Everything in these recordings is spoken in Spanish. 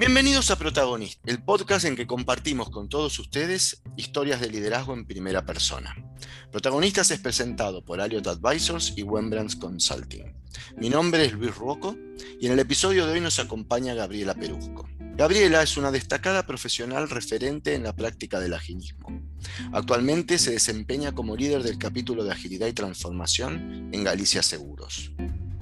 Bienvenidos a Protagonista, el podcast en que compartimos con todos ustedes historias de liderazgo en primera persona. Protagonistas es presentado por Alliot Advisors y Wembrands Consulting. Mi nombre es Luis Ruoco y en el episodio de hoy nos acompaña Gabriela Peruzco. Gabriela es una destacada profesional referente en la práctica del agilismo. Actualmente se desempeña como líder del capítulo de Agilidad y Transformación en Galicia Seguros.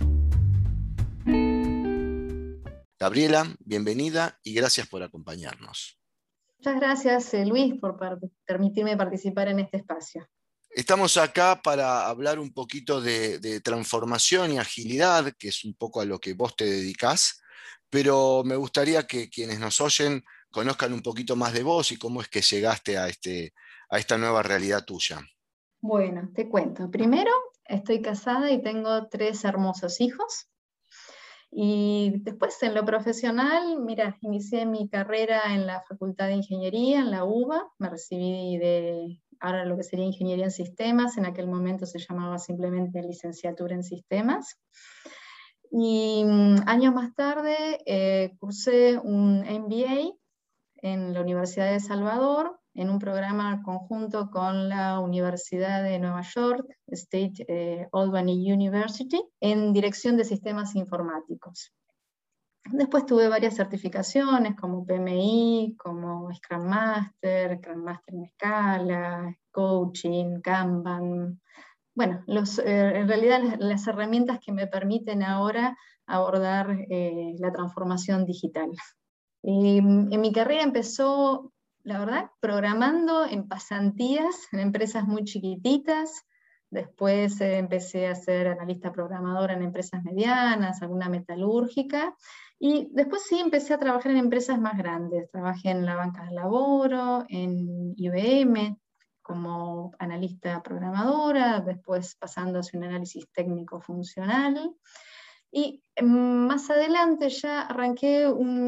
Gabriela, bienvenida y gracias por acompañarnos. Muchas gracias, Luis, por permitirme participar en este espacio. Estamos acá para hablar un poquito de transformación y agilidad, que es un poco a lo que vos te dedicás, pero me gustaría que quienes nos oyen conozcan un poquito más de vos y cómo es que llegaste a esta nueva realidad tuya. Bueno, te cuento. Primero, estoy casada y tengo 3 hermosos hijos. Y después, en lo profesional, mira, inicié mi carrera en la Facultad de Ingeniería, en la UBA. Me recibí de ahora lo que sería Ingeniería en Sistemas. En aquel momento se llamaba simplemente Licenciatura en Sistemas. Y años más tarde cursé un MBA en la Universidad de El Salvador, en un programa conjunto con la Universidad de Nueva York, State Albany University, en dirección de sistemas informáticos. Después tuve varias certificaciones como PMI, como Scrum Master en Scala, Coaching, Kanban. Bueno, en realidad las herramientas que me permiten ahora abordar la transformación digital. En mi carrera empezó, la verdad, programando en pasantías en empresas muy chiquititas. Después empecé a ser analista programadora en empresas medianas, alguna metalúrgica. Y después sí empecé a trabajar en empresas más grandes. Trabajé en la banca de laboro, en IBM, como analista programadora, después pasando hacia un análisis técnico funcional. Y más adelante ya arranqué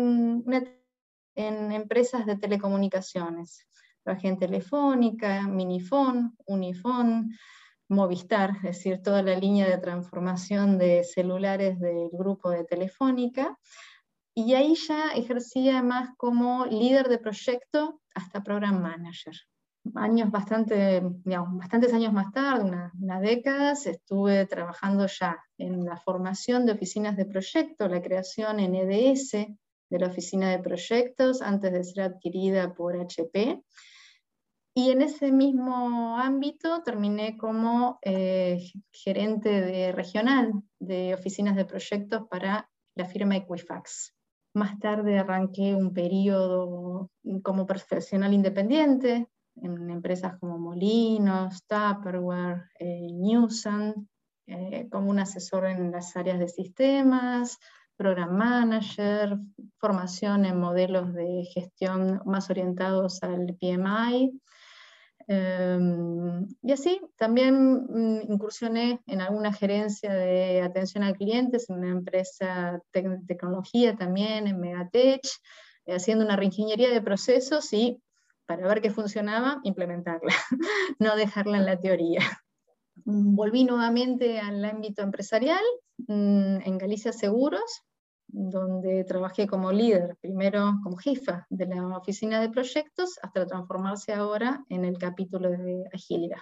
en empresas de telecomunicaciones. Trabajé en Telefónica, Minifón, Unifón, Movistar, es decir, toda la línea de transformación de celulares del grupo de Telefónica. Y ahí ya ejercía más como líder de proyecto hasta program manager. Bastantes años más tarde, unas décadas, estuve trabajando ya en la formación de oficinas de proyecto, la creación en EDS de la oficina de proyectos antes de ser adquirida por HP. Y en ese mismo ámbito terminé como gerente regional de oficinas de proyectos para la firma Equifax. Más tarde arranqué un periodo como profesional independiente en empresas como Molinos, Tupperware, Newson, como un asesor en las áreas de sistemas, program manager, formación en modelos de gestión más orientados al PMI. Y así también incursioné en alguna gerencia de atención al cliente en una empresa de tecnología también, en Megatech, haciendo una reingeniería de procesos y para ver qué funcionaba, implementarla, no dejarla en la teoría. Volví nuevamente al ámbito empresarial, en Galicia Seguros, donde trabajé como líder, primero como jefa de la oficina de proyectos, hasta transformarse ahora en el capítulo de agilidad.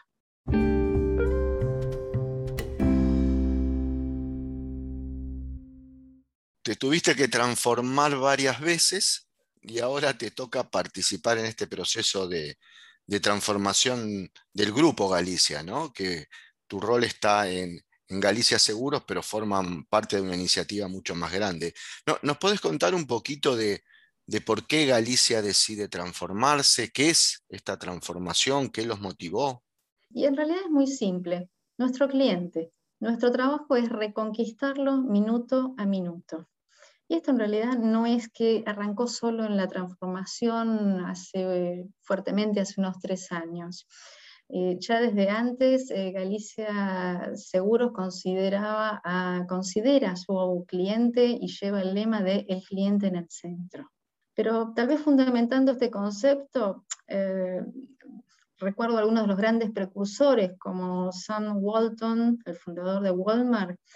Te tuviste que transformar varias veces y ahora te toca participar en este proceso de transformación del Grupo Galicia, ¿no? Que tu rol está en Galicia Seguros, pero forman parte de una iniciativa mucho más grande. ¿Nos podés contar un poquito de por qué Galicia decide transformarse? ¿Qué es esta transformación? ¿Qué los motivó? Y en realidad es muy simple. Nuestro cliente, nuestro trabajo es reconquistarlo minuto a minuto. Y esto en realidad no es que arrancó solo en la transformación fuertemente hace unos 3 años. Ya desde antes Galicia Seguros considera a su cliente y lleva el lema de el cliente en el centro. Pero tal vez fundamentando este concepto, recuerdo algunos de los grandes precursores como Sam Walton, el fundador de Walmart,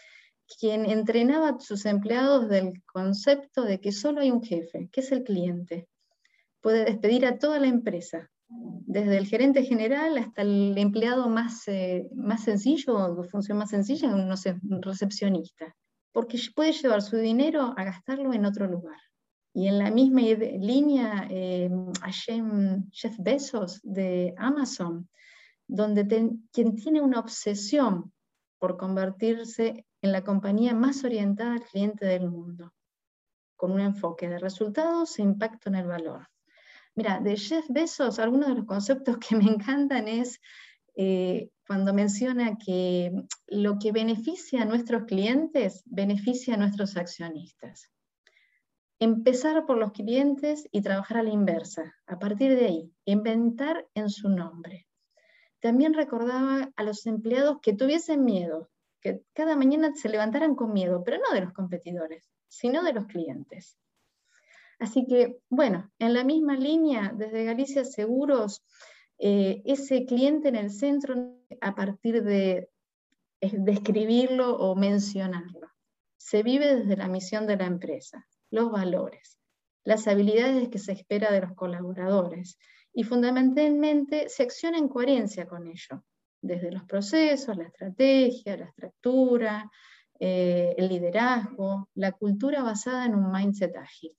quien entrenaba a sus empleados del concepto de que solo hay un jefe, que es el cliente. Puede despedir a toda la empresa, desde el gerente general hasta el empleado más sencillo, de función más sencilla, no sé, un recepcionista, porque puede llevar su dinero a gastarlo en otro lugar. Y en la misma línea, a Jeff Bezos de Amazon, donde quien tiene una obsesión por convertirse en la compañía más orientada al cliente del mundo, con un enfoque de resultados e impacto en el valor. Mira, de Jeff Bezos, algunos de los conceptos que me encantan es cuando menciona que lo que beneficia a nuestros clientes, beneficia a nuestros accionistas. Empezar por los clientes y trabajar a la inversa. A partir de ahí, inventar en su nombre. También recordaba a los empleados que tuviesen miedo, que cada mañana se levantaran con miedo, pero no de los competidores, sino de los clientes. Así que, bueno, en la misma línea, desde Galicia Seguros, ese cliente en el centro, a partir de describirlo o mencionarlo, se vive desde la misión de la empresa, los valores, las habilidades que se espera de los colaboradores, y fundamentalmente se acciona en coherencia con ello, desde los procesos, la estrategia, la estructura, el liderazgo, la cultura basada en un mindset ágil.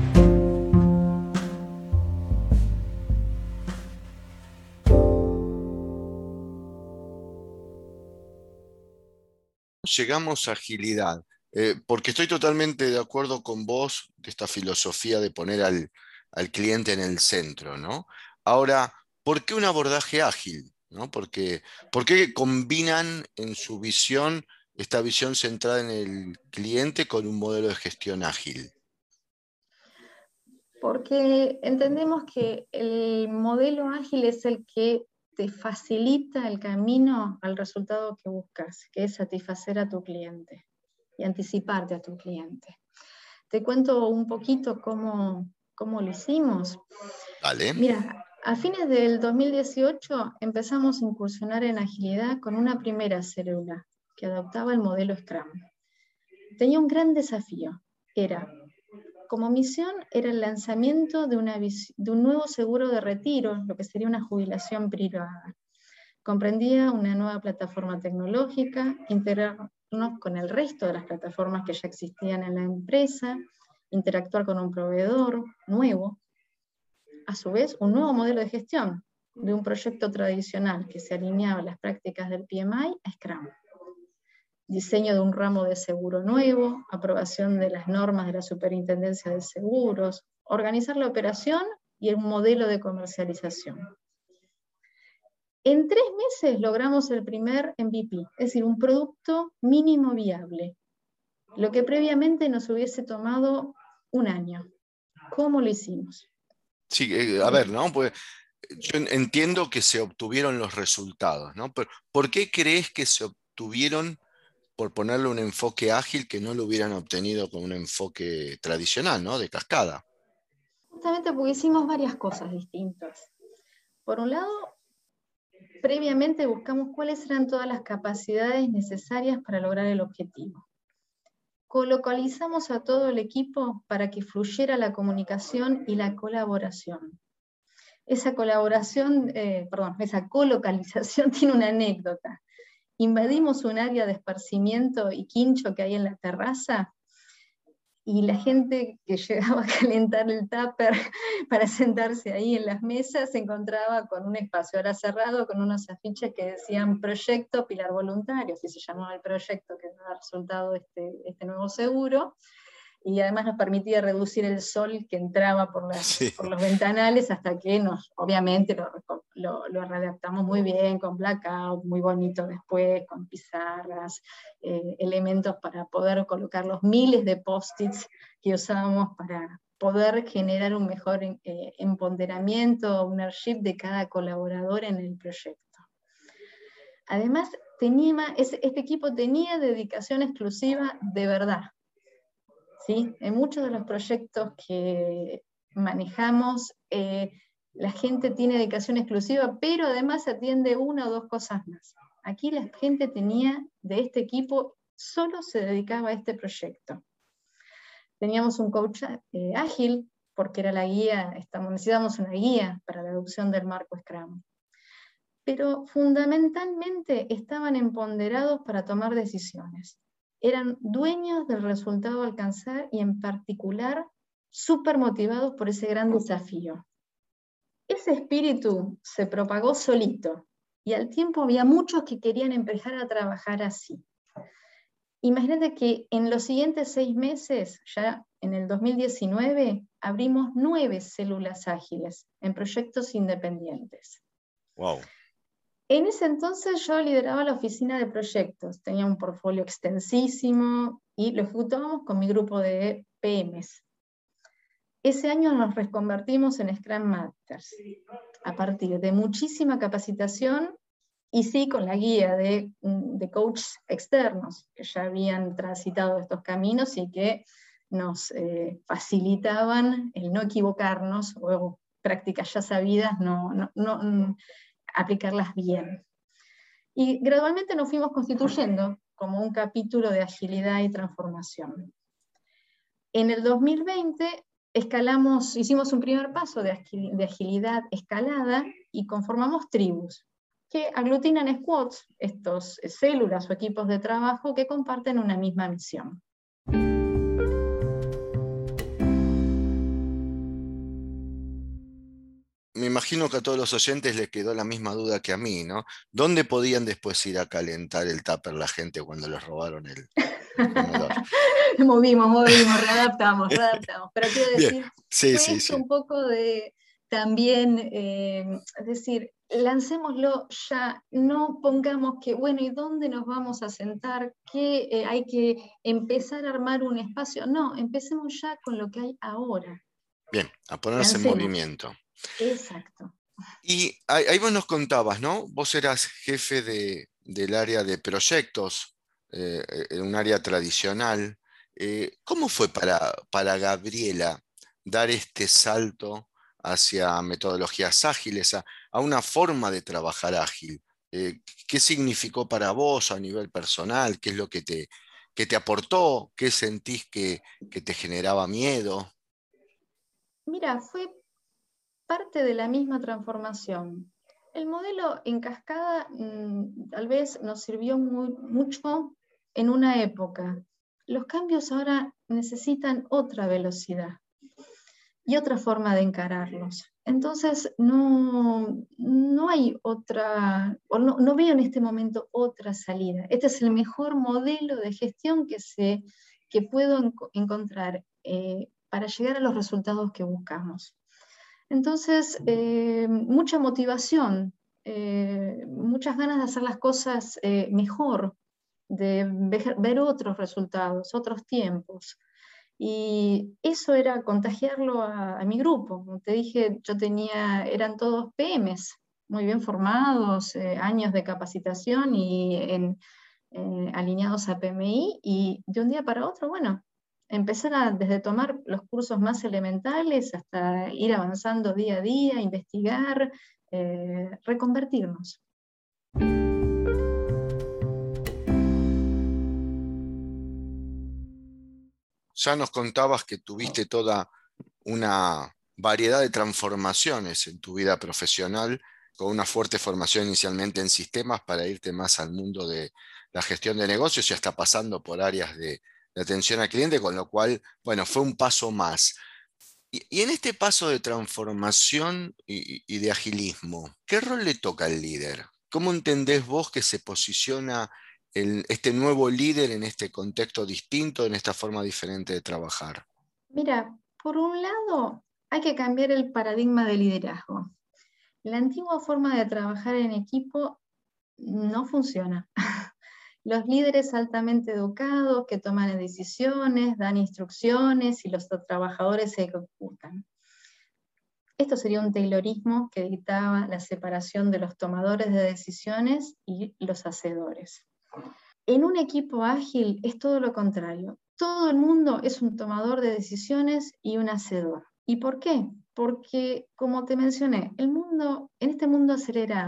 Llegamos a agilidad, porque estoy totalmente de acuerdo con vos de esta filosofía de poner al cliente en el centro, ¿no? Ahora, ¿por qué un abordaje ágil? ¿No? ¿Por qué combinan en su visión esta visión centrada en el cliente con un modelo de gestión ágil? Porque entendemos que el modelo ágil es el que te facilita el camino al resultado que buscas, que es satisfacer a tu cliente y anticiparte a tu cliente. Te cuento un poquito cómo lo hicimos. Vale. Mira, a fines del 2018 empezamos a incursionar en agilidad con una primera célula que adoptaba el modelo Scrum. Tenía un gran desafío, como misión era el lanzamiento de un nuevo seguro de retiro, lo que sería una jubilación privada. Comprendía una nueva plataforma tecnológica, integrarnos con el resto de las plataformas que ya existían en la empresa, interactuar con un proveedor nuevo, a su vez un nuevo modelo de gestión de un proyecto tradicional que se alineaba a las prácticas del PMI a Scrum. Diseño de un ramo de seguro nuevo, aprobación de las normas de la Superintendencia de Seguros, organizar la operación y un modelo de comercialización. En 3 meses logramos el primer MVP, es decir, un producto mínimo viable, lo que previamente nos hubiese tomado 1 año. ¿Cómo lo hicimos? Sí, a ver, ¿no? Pues yo entiendo que se obtuvieron los resultados, ¿no? Pero ¿por qué crees que se obtuvieron, por ponerle un enfoque ágil, que no lo hubieran obtenido con un enfoque tradicional, ¿no? De cascada? Justamente porque hicimos varias cosas distintas. Por un lado, previamente buscamos cuáles eran todas las capacidades necesarias para lograr el objetivo. Colocalizamos a todo el equipo para que fluyera la comunicación y la colaboración. Esa colocalización tiene una anécdota. Invadimos un área de esparcimiento y quincho que hay en la terraza, y la gente que llegaba a calentar el tupper para sentarse ahí en las mesas se encontraba con un espacio ahora cerrado, con unos afiches que decían Proyecto Pilar Voluntario, así se llamaba el proyecto que daba resultado este nuevo seguro, y además nos permitía reducir el sol que entraba por los ventanales, hasta que obviamente lo redactamos muy bien, con blackout, muy bonito después, con pizarras, elementos para poder colocar los miles de post-its que usábamos para poder generar un mejor empoderamiento, ownership de cada colaborador en el proyecto. Además, este equipo tenía dedicación exclusiva de verdad. ¿Sí? En muchos de los proyectos que manejamos, la gente tiene dedicación exclusiva, pero además atiende 1 o 2 cosas más. Aquí la gente tenía de este equipo solo se dedicaba a este proyecto. Teníamos un coach ágil, porque era la guía, necesitábamos una guía para la adopción del marco Scrum. Pero fundamentalmente estaban empoderados para tomar decisiones. Eran dueños del resultado a alcanzar y en particular súper motivados por ese gran desafío. Ese espíritu se propagó solito y al tiempo había muchos que querían empezar a trabajar así. Imagínate que en los siguientes 6 meses, ya en el 2019, abrimos 9 células ágiles en proyectos independientes. Wow. En ese entonces yo lideraba la oficina de proyectos, tenía un portfolio extensísimo y lo ejecutábamos con mi grupo de PMs. Ese año nos reconvertimos en Scrum Masters, a partir de muchísima capacitación y sí con la guía de coaches externos que ya habían transitado estos caminos y que nos facilitaban el no equivocarnos o prácticas ya sabidas, no aplicarlas bien. Y gradualmente nos fuimos constituyendo como un capítulo de agilidad y transformación. En el 2020 hicimos un primer paso de agilidad escalada y conformamos tribus, que aglutinan squads, estos células o equipos de trabajo que comparten una misma misión. Me imagino que a todos los oyentes les quedó la misma duda que a mí, ¿no? ¿Dónde podían después ir a calentar el tupper la gente cuando les robaron el comedor? movimos, readaptamos. Pero quiero Bien, decir, sí, fue sí, esto sí. un poco de también, es decir, lancémoslo ya, no pongamos que, bueno, ¿y dónde nos vamos a sentar? ¿Qué hay que empezar a armar un espacio? No, empecemos ya con lo que hay ahora. Bien, a ponerse en Lancemos. movimiento. Exacto. Y ahí vos nos contabas, ¿no? Vos eras jefe del área de proyectos, en un área tradicional. ¿Cómo fue para Gabriela dar este salto hacia metodologías ágiles, a una forma de trabajar ágil? ¿Qué significó para vos a nivel personal? ¿Qué es lo que te aportó? ¿Qué sentís que te generaba miedo? Mira, fue parte de la misma transformación. El modelo en cascada tal vez nos sirvió mucho en una época. Los cambios ahora necesitan otra velocidad y otra forma de encararlos. Entonces no hay otra, o no veo en este momento otra salida. Este es el mejor modelo de gestión que puedo encontrar para llegar a los resultados que buscamos. Entonces, mucha motivación, muchas ganas de hacer las cosas mejor, de ver otros resultados, otros tiempos. Y eso era contagiarlo a mi grupo. Como te dije, eran todos PMs, muy bien formados, años de capacitación y alineados a PMI, y de un día para otro, bueno, empezar desde tomar los cursos más elementales hasta ir avanzando día a día, investigar, reconvertirnos. Ya nos contabas que tuviste toda una variedad de transformaciones en tu vida profesional, con una fuerte formación inicialmente en sistemas para irte más al mundo de la gestión de negocios y hasta pasando por áreas de atención al cliente, con lo cual, bueno, fue un paso más. Y en este paso de transformación y de agilismo, ¿qué rol le toca al líder? ¿Cómo entendés vos que se posiciona este nuevo líder en este contexto distinto, en esta forma diferente de trabajar? Mira, por un lado, hay que cambiar el paradigma de liderazgo. La antigua forma de trabajar en equipo no funciona. Los líderes altamente educados que toman decisiones, dan instrucciones y los trabajadores se ejecutan. Esto sería un taylorismo que dictaba la separación de los tomadores de decisiones y los hacedores. En un equipo ágil es todo lo contrario. Todo el mundo es un tomador de decisiones y un hacedor. ¿Y por qué? Porque, como te mencioné, en este mundo acelerado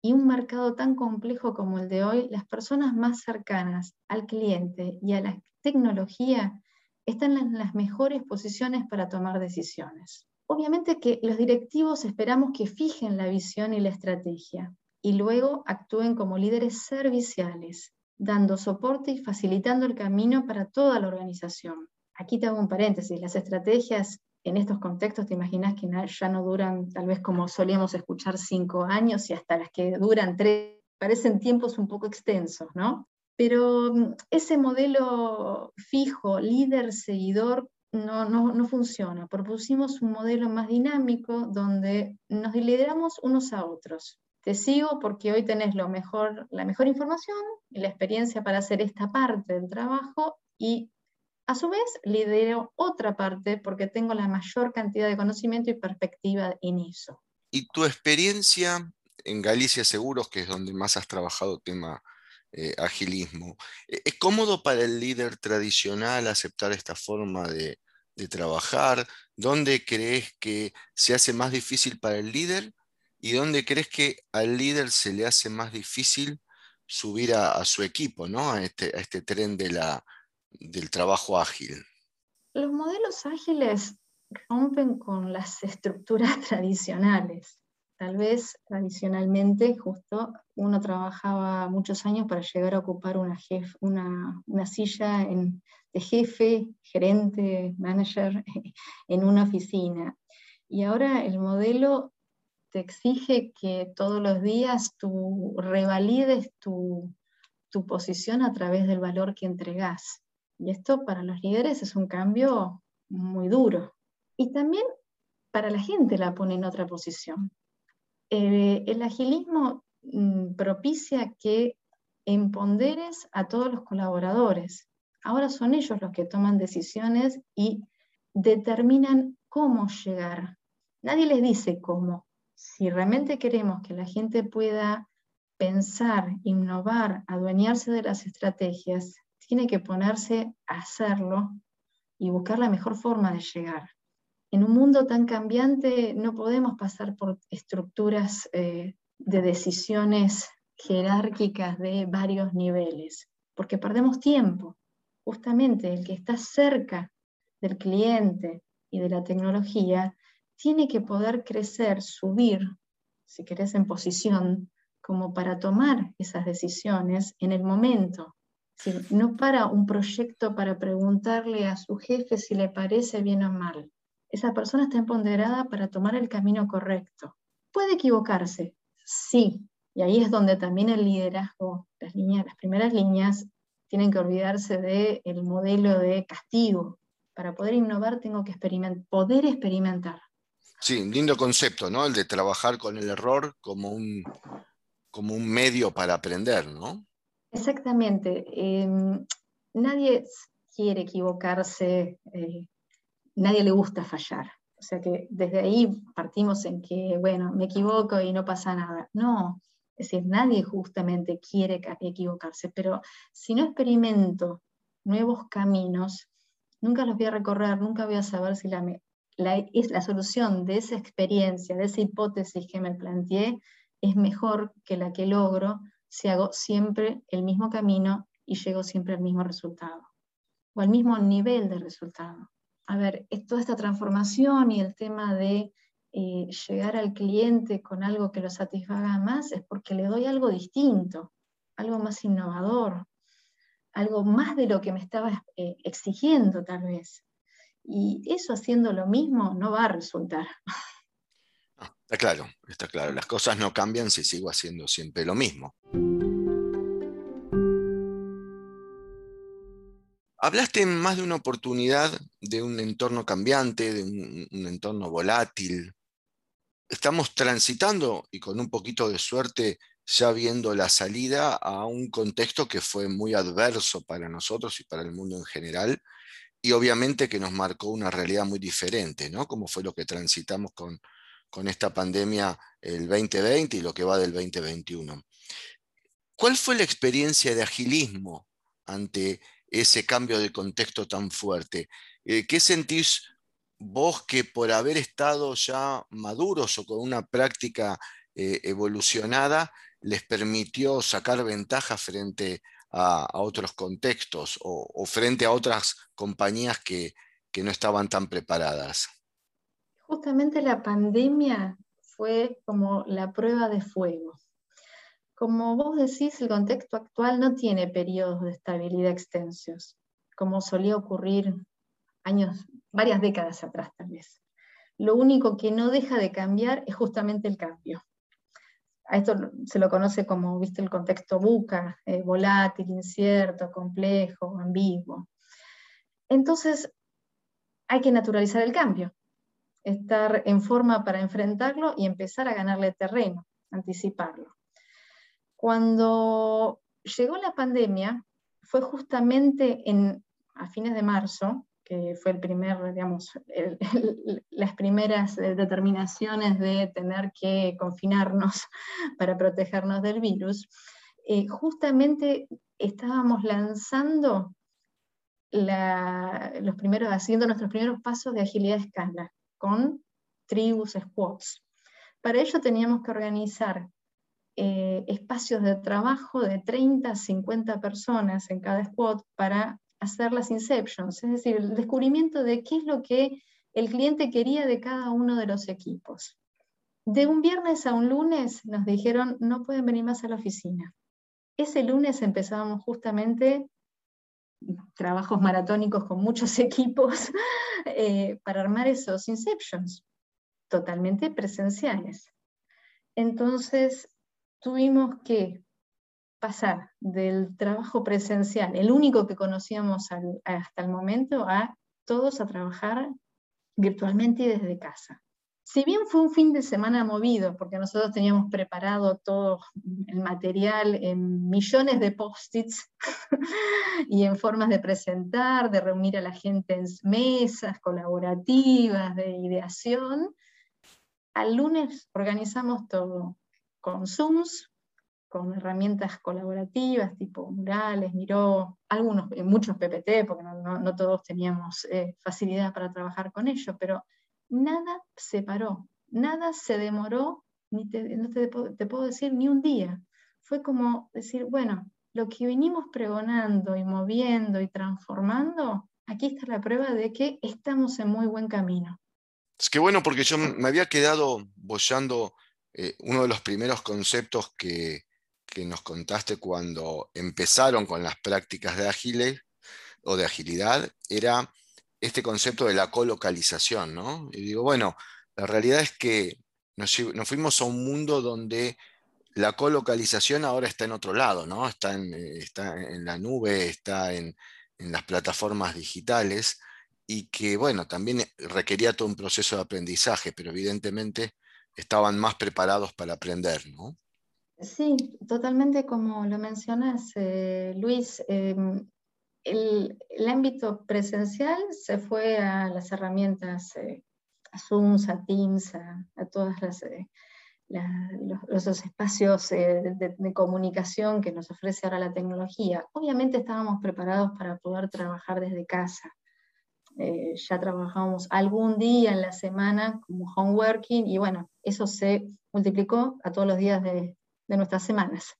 y un mercado tan complejo como el de hoy, las personas más cercanas al cliente y a la tecnología están en las mejores posiciones para tomar decisiones. Obviamente que los directivos esperamos que fijen la visión y la estrategia y luego actúen como líderes serviciales, dando soporte y facilitando el camino para toda la organización. Aquí te hago un paréntesis, las estrategias en estos contextos te imaginas que ya no duran, tal vez como solíamos escuchar, 5 años, y hasta las que duran 3, parecen tiempos un poco extensos, ¿no? Pero ese modelo fijo, líder-seguidor, no funciona. Propusimos un modelo más dinámico donde nos lideramos unos a otros. Te sigo porque hoy tenés la mejor información y la experiencia para hacer esta parte del trabajo, y a su vez lidero otra parte porque tengo la mayor cantidad de conocimiento y perspectiva en eso. ¿Y tu experiencia en Galicia Seguros, que es donde más has trabajado tema agilismo, es cómodo para el líder tradicional aceptar esta forma de trabajar? ¿Dónde crees que se hace más difícil para el líder? ¿Y dónde crees que al líder se le hace más difícil subir a su equipo, ¿no? A este tren del trabajo ágil? Los modelos ágiles rompen con las estructuras tradicionales. Tal vez tradicionalmente justo uno trabajaba muchos años para llegar a ocupar una silla de jefe, gerente, manager en una oficina. Y ahora el modelo te exige que todos los días tú revalides tu posición a través del valor que entregás. Y esto para los líderes es un cambio muy duro. Y también para la gente la pone en otra posición. El agilismo propicia que empoderes a todos los colaboradores. Ahora son ellos los que toman decisiones y determinan cómo llegar. Nadie les dice cómo. Si realmente queremos que la gente pueda pensar, innovar, adueñarse de las estrategias, tiene que ponerse a hacerlo y buscar la mejor forma de llegar. En un mundo tan cambiante no podemos pasar por estructuras de decisiones jerárquicas de varios niveles, porque perdemos tiempo. Justamente el que está cerca del cliente y de la tecnología tiene que poder crecer, subir, si querés, en posición, como para tomar esas decisiones en el momento. Si no para un proyecto para preguntarle a su jefe si le parece bien o mal. Esa persona está empoderada para tomar el camino correcto. ¿Puede equivocarse? Sí. Y ahí es donde también el liderazgo, las primeras líneas, tienen que olvidarse del modelo de castigo. Para poder innovar tengo que poder experimentar. Sí, un lindo concepto, ¿no? El de trabajar con el error como un medio para aprender, ¿no? Exactamente. Nadie quiere equivocarse, nadie le gusta fallar. O sea que desde ahí partimos en que, bueno, me equivoco y no pasa nada. No, es decir, nadie justamente quiere equivocarse, pero si no experimento nuevos caminos, nunca los voy a recorrer, nunca voy a saber si la solución de esa experiencia, de esa hipótesis que me planteé, es mejor que la que logro si hago siempre el mismo camino y llego siempre al mismo resultado, o al mismo nivel de resultado. A ver, toda esta transformación y el tema de llegar al cliente con algo que lo satisfaga más es porque le doy algo distinto, algo más innovador, algo más de lo que me estaba exigiendo tal vez. Y eso haciendo lo mismo no va a resultar. Está claro, está claro. Las cosas no cambian si sigo haciendo siempre lo mismo. Hablaste en más de una oportunidad de un entorno cambiante, de un entorno volátil. Estamos transitando, y con un poquito de suerte, ya viendo la salida a un contexto que fue muy adverso para nosotros y para el mundo en general, y obviamente que nos marcó una realidad muy diferente, ¿no? Como fue lo que transitamos con esta pandemia el 2020 y lo que va del 2021. ¿Cuál fue la experiencia de agilismo ante ese cambio de contexto tan fuerte? ¿Qué sentís vos que por haber estado ya maduros o con una práctica evolucionada, les permitió sacar ventaja frente a otros contextos o frente a otras compañías que no estaban tan preparadas? Justamente la pandemia fue como la prueba de fuego. Como vos decís, el contexto actual no tiene periodos de estabilidad extensos, como solía ocurrir años, varias décadas atrás tal vez. Lo único que no deja de cambiar es justamente el cambio. A esto se lo conoce como, viste, el contexto VUCA, volátil, incierto, complejo, ambiguo. Entonces, hay que naturalizar el cambio, estar en forma para enfrentarlo y empezar a ganarle terreno, anticiparlo. Cuando llegó la pandemia, fue justamente a fines de marzo, que fue las primeras determinaciones de tener que confinarnos para protegernos del virus, justamente estábamos lanzando haciendo nuestros primeros pasos de agilidad a escala, con tribus, squads. Para ello teníamos que organizar espacios de trabajo de 30 a 50 personas en cada squad para hacer las inceptions, es decir, el descubrimiento de qué es lo que el cliente quería de cada uno de los equipos. De un viernes a un lunes nos dijeron, no pueden venir más a la oficina. Ese lunes empezábamos justamente trabajos maratónicos con muchos equipos para armar esos inceptions, totalmente presenciales. Entonces, tuvimos que pasar del trabajo presencial, el único que conocíamos hasta el momento, a todos a trabajar virtualmente y desde casa. Si bien fue un fin de semana movido, porque nosotros teníamos preparado todo el material en millones de post-its y en formas de presentar, de reunir a la gente en mesas colaborativas, de ideación, al lunes organizamos todo con Zooms, con herramientas colaborativas tipo Murales, Miro, muchos PPT, porque no todos teníamos facilidad para trabajar con ello, pero nada se paró, nada se demoró, te puedo decir ni un día. Fue como decir, bueno, lo que venimos pregonando y moviendo y transformando, aquí está la prueba de que estamos en muy buen camino. Es que bueno, porque yo me había quedado boyando uno de los primeros conceptos que nos contaste cuando empezaron con las prácticas de ágiles o de agilidad, era este concepto de la colocalización, ¿no? Y digo, bueno, la realidad es que nos fuimos a un mundo donde la colocalización ahora está en otro lado, ¿no? Está en la nube, está en las plataformas digitales y que, bueno, también requería todo un proceso de aprendizaje, pero evidentemente estaban más preparados para aprender, ¿no? Sí, totalmente como lo mencionas, Luis. El ámbito presencial se fue a las herramientas, a Zoom, a Teams, a todas los espacios de comunicación que nos ofrece ahora la tecnología. Obviamente estábamos preparados para poder trabajar desde casa. Ya trabajábamos algún día en la semana como home working y bueno, eso se multiplicó a todos los días de nuestras semanas.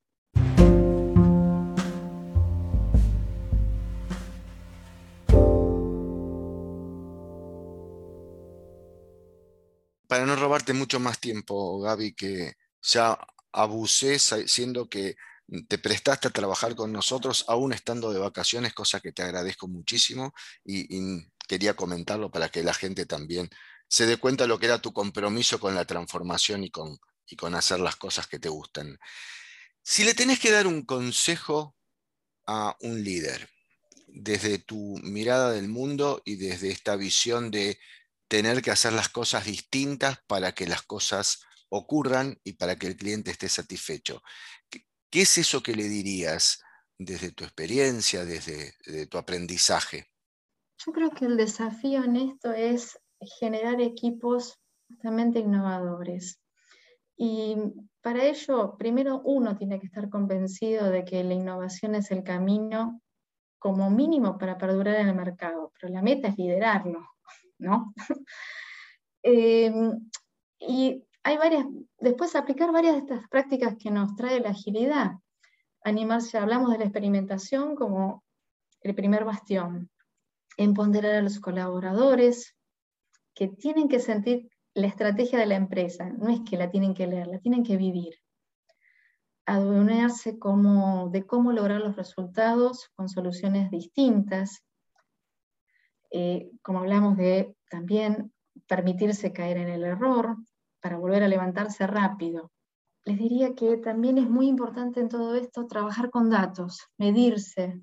Para no robarte mucho más tiempo, Gaby, que ya abusé siendo que te prestaste a trabajar con nosotros, aún estando de vacaciones, cosa que te agradezco muchísimo y quería comentarlo para que la gente también se dé cuenta de lo que era tu compromiso con la transformación y con hacer las cosas que te gustan. Si le tenés que dar un consejo a un líder, desde tu mirada del mundo y desde esta visión de tener que hacer las cosas distintas para que las cosas ocurran y para que el cliente esté satisfecho. ¿Qué es eso que le dirías desde tu experiencia, desde tu aprendizaje? Yo creo que el desafío en esto es generar equipos justamente innovadores. Y para ello, primero uno tiene que estar convencido de que la innovación es el camino como mínimo para perdurar en el mercado, pero la meta es liderarlo, ¿no? Y hay después aplicar varias de estas prácticas que nos trae la agilidad. Animarse, hablamos de la experimentación como el primer bastión. Empoderar a los colaboradores que tienen que sentir la estrategia de la empresa, no es que la tienen que leer, la tienen que vivir. Adueñarse de cómo lograr los resultados con soluciones distintas. Como hablamos de también permitirse caer en el error para volver a levantarse rápido. Les diría que también es muy importante en todo esto trabajar con datos, medirse,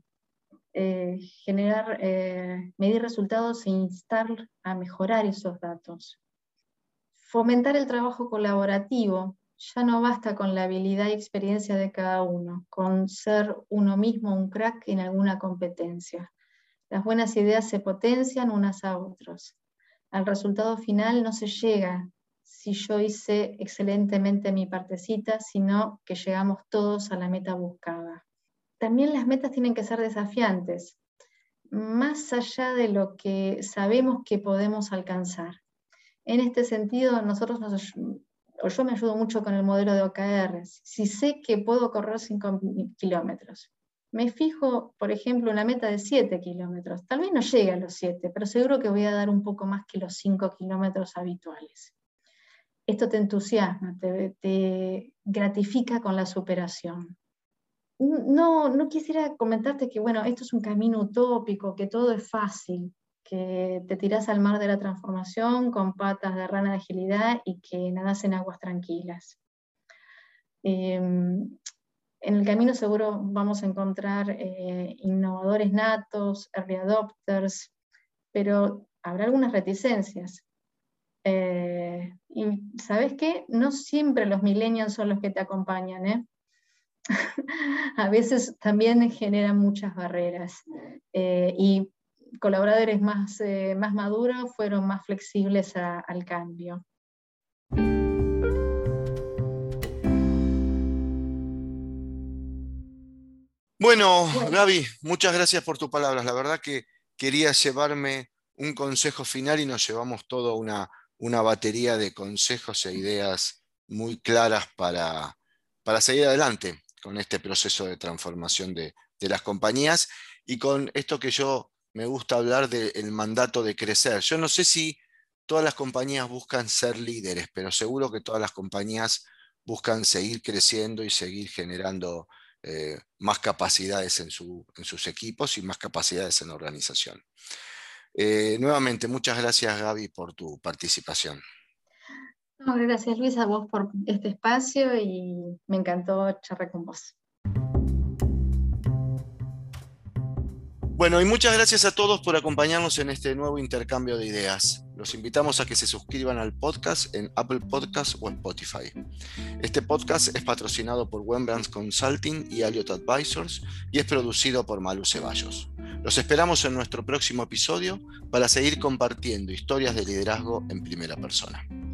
medir resultados e instar a mejorar esos datos. Fomentar el trabajo colaborativo. Ya no basta con la habilidad y experiencia de cada uno, con ser uno mismo un crack en alguna competencia. Las buenas ideas se potencian unas a otras. Al resultado final no se llega si yo hice excelentemente mi partecita, sino que llegamos todos a la meta buscada. También las metas tienen que ser desafiantes, más allá de lo que sabemos que podemos alcanzar. En este sentido, yo me ayudo mucho con el modelo de OKR. Si sé que puedo correr 5 kilómetros, me fijo, por ejemplo, una meta de 7 kilómetros. Tal vez no llegue a los 7, pero seguro que voy a dar un poco más que los 5 kilómetros habituales. Esto te entusiasma, te gratifica con la superación. No quisiera comentarte que, bueno, esto es un camino utópico, que todo es fácil, que te tirás al mar de la transformación con patas de rana de agilidad y que nadás en aguas tranquilas. En el camino seguro vamos a encontrar innovadores natos, early adopters, pero habrá algunas reticencias. Y ¿sabes qué? No siempre los millennials son los que te acompañan, ¿eh? A veces también generan muchas barreras. Y colaboradores más maduros fueron más flexibles al cambio. Bueno, Gaby, muchas gracias por tus palabras. La verdad que quería llevarme un consejo final y nos llevamos toda una batería de consejos e ideas muy claras para seguir adelante con este proceso de transformación de las compañías y con esto que yo me gusta hablar del mandato de crecer. Yo no sé si todas las compañías buscan ser líderes, pero seguro que todas las compañías buscan seguir creciendo y seguir generando más capacidades en sus equipos y más capacidades en la organización. Nuevamente, muchas gracias, Gaby, por tu participación. No, gracias, Luis, a vos por este espacio y me encantó charlar con vos. Bueno, y muchas gracias a todos por acompañarnos en este nuevo intercambio de ideas. Los invitamos a que se suscriban al podcast en Apple Podcasts o Spotify. Este podcast es patrocinado por Wembrands Consulting y Elliott Advisors y es producido por Malu Ceballos. Los esperamos en nuestro próximo episodio para seguir compartiendo historias de liderazgo en primera persona.